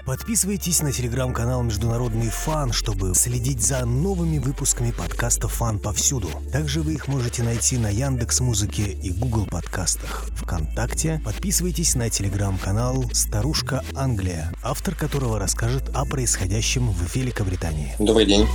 Подписывайтесь на телеграм-канал «Международный фан», чтобы следить за новыми выпусками подкаста «Фан повсюду». Также вы их можете найти на Яндекс.Музыке и Google подкастах. ВКонтакте подписывайтесь на телеграм-канал «Старушка Англия», автор которого расскажет о происходящем в Великобритании. Добрый день.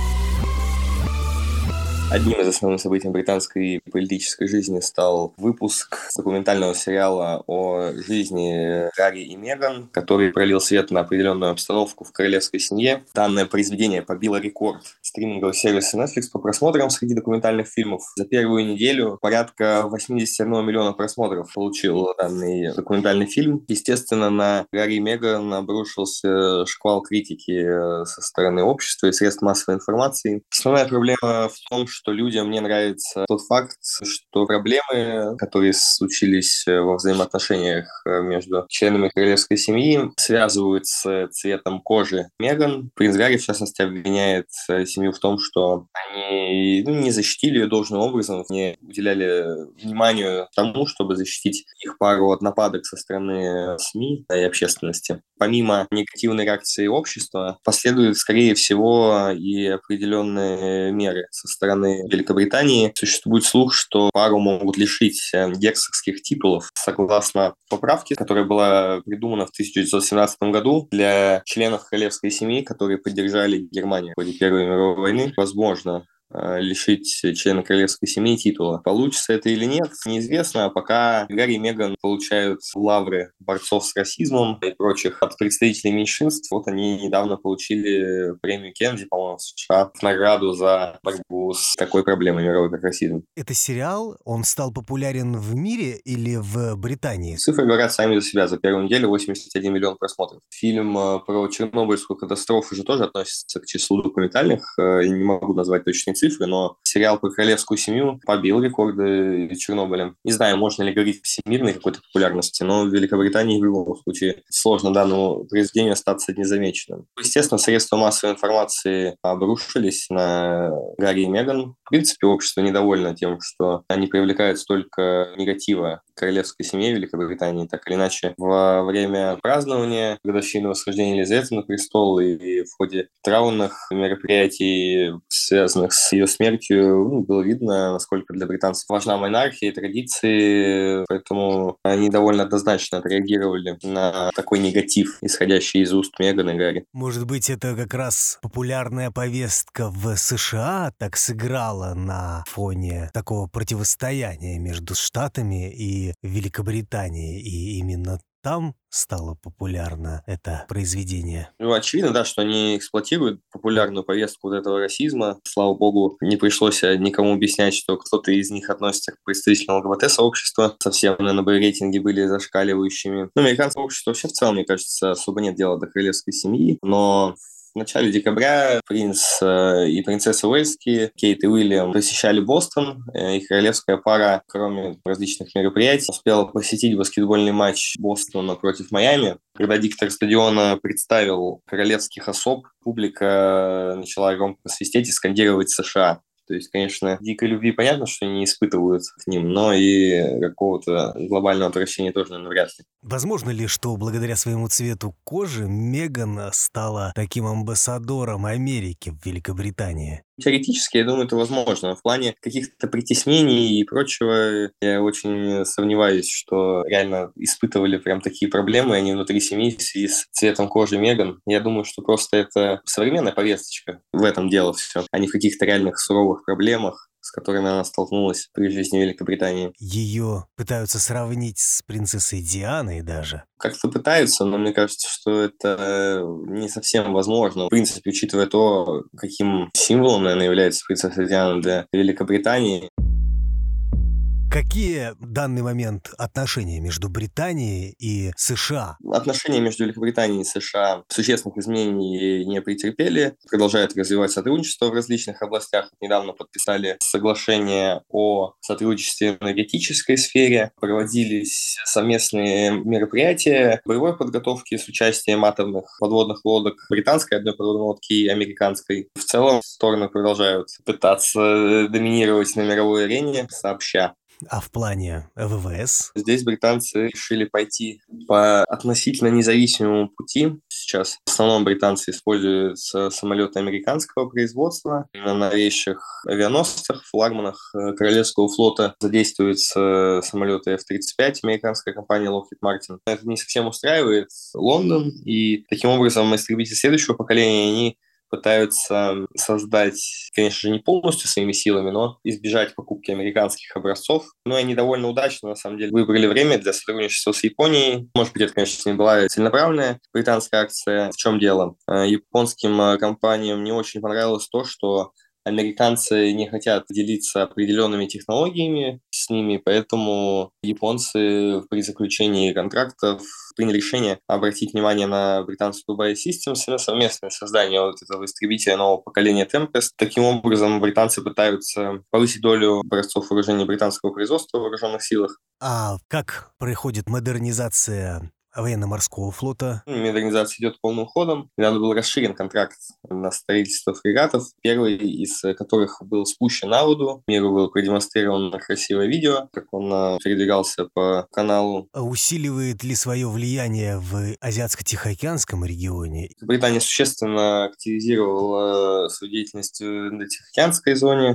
Одним из основных событий британской политической жизни стал выпуск документального сериала о жизни Гарри и Меган, который пролил свет на определенную обстановку в королевской семье. Данное произведение побило рекорд стримингового сервиса Netflix по просмотрам среди документальных фильмов. За первую неделю порядка 81 миллиона просмотров получил данный документальный фильм. Естественно, на Гарри и Меган обрушился шквал критики со стороны общества и средств массовой информации. Основная проблема в том, что людям не нравится тот факт, что проблемы, которые случились во взаимоотношениях между членами королевской семьи, связывают с цветом кожи Меган. Принц Гарри, в частности, обвиняет семью в том, что они не защитили ее должным образом, не уделяли вниманию тому, чтобы защитить их пару от нападок со стороны СМИ и общественности. Помимо негативной реакции общества, последуют, скорее всего, и определенные меры со стороны Великобритании. Существует слух, что пару могут лишить герцогских титулов. Согласно поправке, которая была придумана в 1917 году для членов королевской семьи, которые поддержали Германию в ходе Первой мировой войны, возможно лишить члена королевской семьи титула. Получится это или нет, неизвестно. А пока Гарри и Меган получают лавры борцов с расизмом и прочих от представителей меньшинств. Вот они недавно получили премию Кеннеди, по-моему, в США, в награду за борьбу с такой проблемой мировой, как расизм. Это сериал, он стал популярен в мире или в Британии? Цифры говорят сами за себя. За первую неделю 81 миллион просмотров. Фильм про Чернобыльскую катастрофу же тоже относится к числу документальных. Я не могу назвать точные цифры, но сериал про королевскую семью побил рекорды Чернобыля. Не знаю, можно ли говорить о всемирной какой-то популярности, но в Великобритании в любом случае сложно данному произведению остаться незамеченным. Естественно, средства массовой информации обрушились на Гарри и Меган. В принципе, общество недовольно тем, что они привлекают столько негатива к королевской семье Великобритании. Так или иначе, во время празднования годовщины восхождения Елизаветы на престол и в ходе траурных мероприятий, связанных с ее смертью, было видно, насколько для британцев важна монархия и традиции, поэтому они довольно однозначно отреагировали на такой негатив, исходящий из уст Меган и Гарри. Может быть, это как раз популярная повестка в США так сыграла на фоне такого противостояния между Штатами и Великобританией, и именно там стало популярно это произведение? Очевидно, да, что они эксплуатируют популярную повестку вот этого расизма. Слава богу, не пришлось никому объяснять, что кто-то из них относится к представителям ЛГБТ-сообщества. Совсем, наверное, бы рейтинги были зашкаливающими. Американское общество вообще в целом, мне кажется, особо нет дела до королевской семьи, но в начале декабря принц и принцесса Уэльские, Кейт и Уильям, посещали Бостон. Их королевская пара, кроме различных мероприятий, успела посетить баскетбольный матч Бостона против Майами. Когда диктор стадиона представил королевских особ, публика начала громко свистеть и скандировать США. То есть, конечно, дикой любви понятно, что они не испытывают к ним, но и какого-то глобального отвращения тоже, наверное, вряд ли. Возможно ли, что благодаря своему цвету кожи Меган стала таким амбассадором Америки в Великобритании? Теоретически, я думаю, это возможно. В плане каких-то притеснений и прочего, я очень сомневаюсь, что реально испытывали прям такие проблемы они внутри семьи в связи с цветом кожи Меган. Я думаю, что просто это современная повесточка. В этом дело все, а не в каких-то реальных суровых проблемах, с которыми она столкнулась при жизни в Великобритании. Ее пытаются сравнить с принцессой Дианой даже. Как-то пытаются, но мне кажется, что это не совсем возможно. В принципе, учитывая то, каким символом, наверное, является принцесса Диана для Великобритании. Какие в данный момент отношения между Британией и США? Отношения между Великобританией и США существенных изменений не претерпели, продолжают развивать сотрудничество в различных областях. Недавно подписали соглашение о сотрудничестве в энергетической сфере, проводились совместные мероприятия боевой подготовки с участием атомных подводных лодок британской одной подводной лодки и американской. В целом стороны продолжают пытаться доминировать на мировой арене сообща. А в плане ВВС? Здесь британцы решили пойти по относительно независимому пути. Сейчас в основном британцы используют самолеты американского производства. На новейших авианосцах, флагманах Королевского флота задействуются самолеты F-35 американской компании Lockheed Martin. Это не совсем устраивает Лондон, и таким образом истребители следующего поколения, они пытаются создать, конечно же, не полностью своими силами, но избежать покупки американских образцов. Но они довольно удачно, на самом деле, выбрали время для сотрудничества с Японией. Может быть, это, конечно, не была целенаправленная британская акция. В чем дело? Японским компаниям не очень понравилось то, что американцы не хотят делиться определенными технологиями с ними, поэтому японцы при заключении контрактов приняли решение обратить внимание на британскую Dubai Systems и на совместное создание вот этого истребителя нового поколения Tempest. Таким образом, британцы пытаются повысить долю образцов вооружений британского производства в вооруженных силах. А как происходит модернизация военно-морского флота? Модернизация идет полным ходом. Недавно был расширен контракт на строительство фрегатов, первый из которых был спущен на воду. Миру было продемонстрировано красивое видео, как он передвигался по каналу. Усиливает ли свое влияние в Азиатско-Тихоокеанском регионе? Британия существенно активизировала свою деятельность в Тихоокеанской зоне.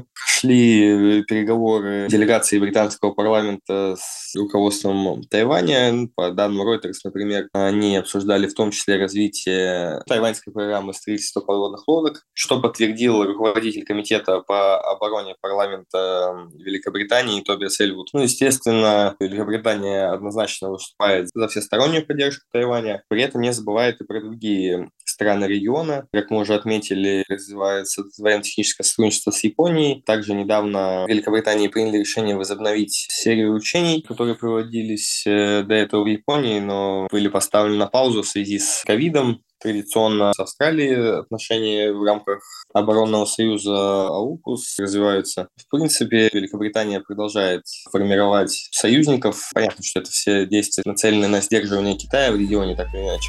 Шли переговоры делегации британского парламента с руководством Тайваня. По данным Reuters, например, они обсуждали в том числе развитие тайваньской программы строительства подводных лодок, что подтвердил руководитель комитета по обороне парламента Великобритании Тобиас Эльвуд. Естественно, Великобритания однозначно выступает за всестороннюю поддержку Тайваня, при этом не забывает и про другие страны региона. Как мы уже отметили, развивается военно-техническое сотрудничество с Японией. Также недавно в Великобритании приняли решение возобновить серию учений, которые проводились до этого в Японии, но были поставлены на паузу в связи с ковидом. Традиционно с Австралией отношения в рамках оборонного союза АУКУС развиваются. В принципе, Великобритания продолжает формировать союзников. Понятно, что это все действия нацелены на сдерживание Китая в регионе, так или иначе.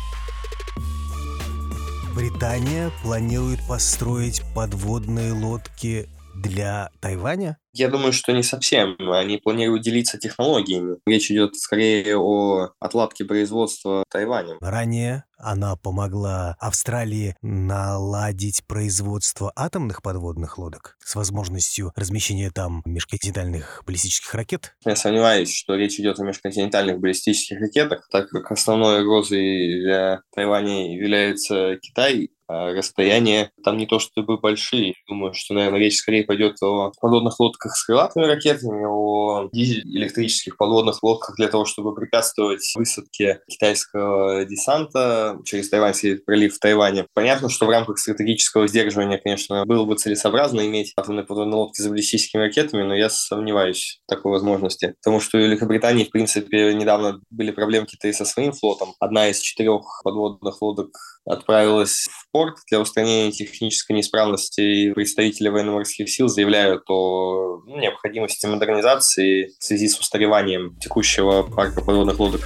Британия планирует построить подводные лодки для Тайваня? Я думаю, что не совсем. Они планируют делиться технологиями. Речь идет скорее о отладке производства Тайванем. Ранее она помогла Австралии наладить производство атомных подводных лодок с возможностью размещения там межконтинентальных баллистических ракет. Я сомневаюсь, что речь идет о межконтинентальных баллистических ракетах, так как основной угрозой для Тайваня является Китай. А расстояния там не то чтобы большие. Думаю, что, наверное, речь скорее пойдет о подводных лодках с крылатыми ракетами, о дизель-электрических подводных лодках для того, чтобы препятствовать высадке китайского десанта через Тайваньский пролив в Тайване. Понятно, что в рамках стратегического сдерживания, конечно, было бы целесообразно иметь атомные подводные лодки с баллистическими ракетами, но я сомневаюсь в такой возможности. Потому что у Великобритании, в принципе, недавно были проблемы и со своим флотом. Одна из 4 подводных лодок отправилась в порт для устранения технической неисправности, и представители военно-морских сил заявляют о необходимости модернизации в связи с устареванием текущего парка подводных лодок.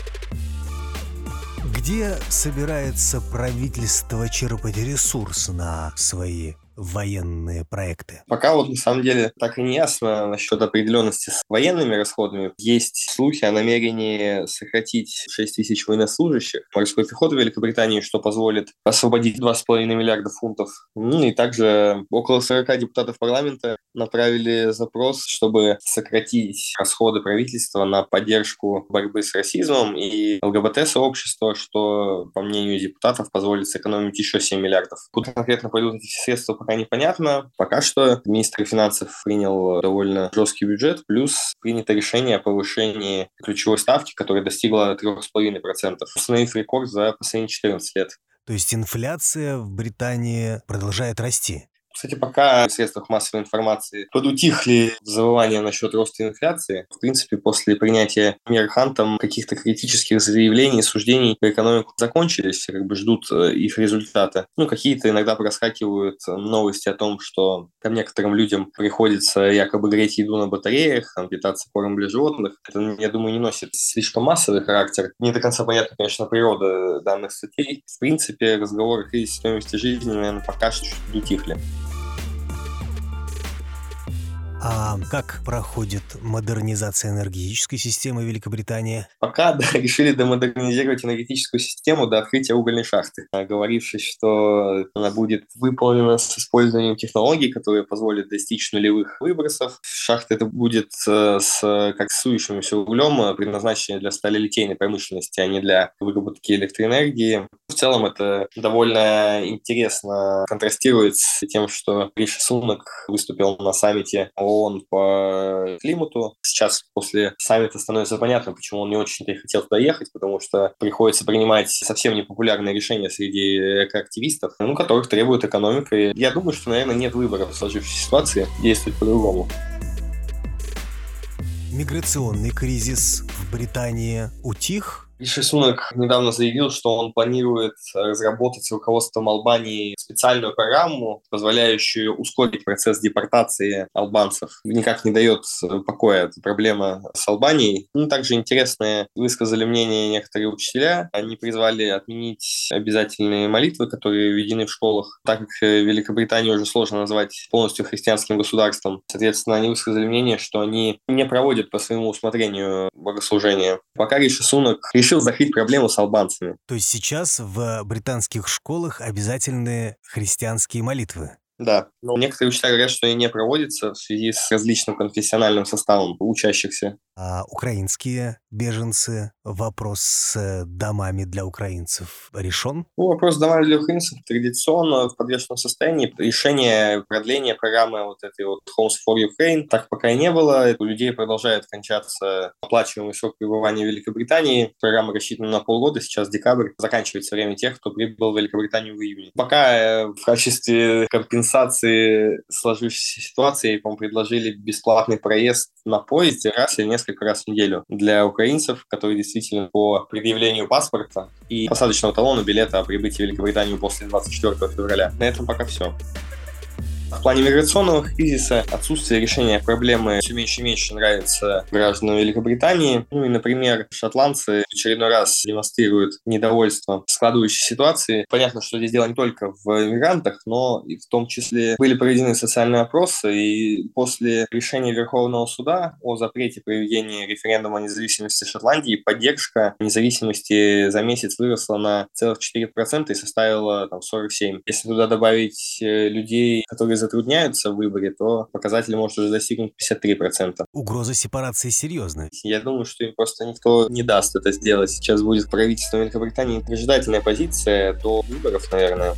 Где собирается правительство черпать ресурс на свои военные проекты? Пока на самом деле так и не ясно насчет определенности с военными расходами. Есть слухи о намерении сократить 6 тысяч военнослужащих морской пехоты Великобритании, что позволит освободить 2,5 миллиарда фунтов. И также около 40 депутатов парламента направили запрос, чтобы сократить расходы правительства на поддержку борьбы с расизмом и ЛГБТ-сообщества, что, по мнению депутатов, позволит сэкономить еще 7 миллиардов. Куда конкретно пойдут эти средства, пока непонятно. Пока что министр финансов принял довольно жесткий бюджет, плюс принято решение о повышении ключевой ставки, которая достигла 3,5%, установив рекорд за последние 14 лет. То есть инфляция в Британии продолжает расти? Кстати, пока в средствах массовой информации подутихли завывания насчет роста инфляции, в принципе, после принятия мер Хантом каких-то критических заявлений и суждений по экономику закончились, все ждут их результата. Какие-то иногда проскакивают новости о том, что там некоторым людям приходится якобы греть еду на батареях, питаться кормом для животных. Это, я думаю, не носит слишком массовый характер. Не до конца понятна, конечно, природа данных статей. В принципе, разговоры о кризисе стоимости жизни, наверное, пока что утихли. А как проходит модернизация энергетической системы Великобритании? Пока, да, решили домодернизировать энергетическую систему до открытия угольной шахты, говорившись, что она будет выполнена с использованием технологий, которые позволят достичь нулевых выбросов. Шахта это будет с коксующимся углем, предназначенной для сталелитейной промышленности, а не для выработки электроэнергии. В целом это довольно интересно контрастирует с тем, что Риши Сунак выступил на саммите ООН по климату. Сейчас после саммита становится понятно, почему он не очень-то и хотел туда ехать, потому что приходится принимать совсем непопулярные решения среди экоактивистов, которых требует экономика. И я думаю, что, наверное, нет выбора в сложившейся ситуации, действовать по-другому. Миграционный кризис в Британии утих? Риши Сунак недавно заявил, что он планирует разработать с руководством Албании специальную программу, позволяющую ускорить процесс депортации албанцев. Никак не дает покоя эта проблема с Албанией. Также интересное высказали мнение некоторые учителя. Они призвали отменить обязательные молитвы, которые введены в школах, так как Великобританию уже сложно назвать полностью христианским государством. Соответственно, они высказали мнение, что они не проводят по своему усмотрению богослужения. Пока Риши Сунак решил закрыть проблему с албанцами. То есть сейчас в британских школах обязательны христианские молитвы? Да, но некоторые учителя говорят, что они не проводятся в связи с различным конфессиональным составом учащихся. А украинские беженцы, вопрос с домами для украинцев решен? Вопрос с домами для украинцев традиционно в подвешенном состоянии. Решение продления программы этой Homes for Ukraine так пока и не было. У людей продолжает кончаться оплачиваемый срок пребывания в Великобритании. Программа рассчитана на полгода, сейчас декабрь. Заканчивается время тех, кто прибыл в Великобританию в июне. Пока в качестве компенсации сложившейся ситуации, по-моему, предложили бесплатный проезд на поезде раз или несколько раз в неделю для украинцев, которые действительно по предъявлению паспорта и посадочного талона билета о прибытии в Великобританию после 24 февраля. На этом пока все. В плане миграционного кризиса отсутствие решения проблемы все меньше и меньше нравится гражданам Великобритании. И, например, шотландцы в очередной раз демонстрируют недовольство складывающейся ситуации. Понятно, что здесь дело не только в мигрантах, но и в том числе были проведены социальные опросы, и после решения Верховного суда о запрете проведения референдума о независимости Шотландии поддержка независимости за месяц выросла на целых 4% и составила 47%. Если туда добавить людей, которые затрудняются в выборе, то показатель может уже достигнуть 53%. Угроза сепарации серьезная. Я думаю, что им просто никто не даст это сделать. Сейчас будет правительство Великобритании выжидательная позиция до выборов, наверное.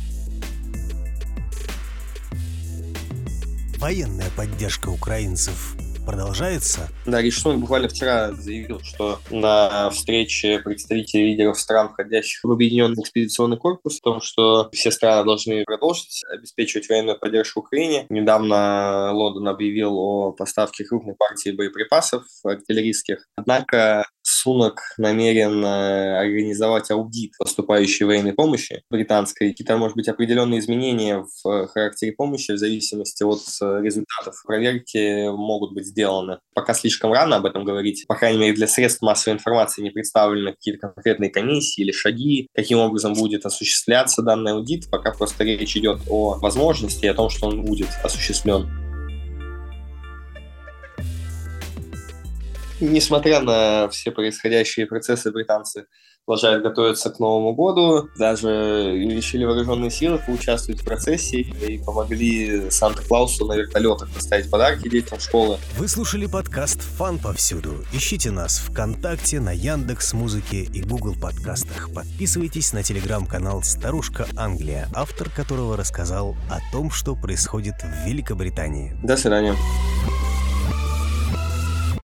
Военная поддержка украинцев продолжается? Да, Риши Сунак буквально вчера заявил, что на встрече представителей лидеров стран, входящих в Объединенный экспедиционный корпус, о том, что все страны должны продолжить обеспечивать военную поддержку Украине. Недавно Лондон объявил о поставке крупной партии боеприпасов артиллерийских. Однако Сунак намерен организовать аудит поступающей военной помощи британской. Какие-то, может быть, определенные изменения в характере помощи в зависимости от результатов проверки могут быть сделаны. Пока слишком рано об этом говорить. По крайней мере, для средств массовой информации не представлены какие-то конкретные комиссии или шаги, каким образом будет осуществляться данный аудит. Пока просто речь идет о возможности и о том, что он будет осуществлен. Несмотря на все происходящие процессы, британцы продолжают готовиться к Новому году. Даже решили вооруженные силы поучаствовать в процессе и помогли Санта-Клаусу на вертолетах доставить подарки детям в школы. Вы слушали подкаст «Фан повсюду». Ищите нас ВКонтакте, на Яндекс.Музыке и Google подкастах. Подписывайтесь на телеграм-канал «Старушка Англия», автор которого рассказал о том, что происходит в Великобритании. До свидания.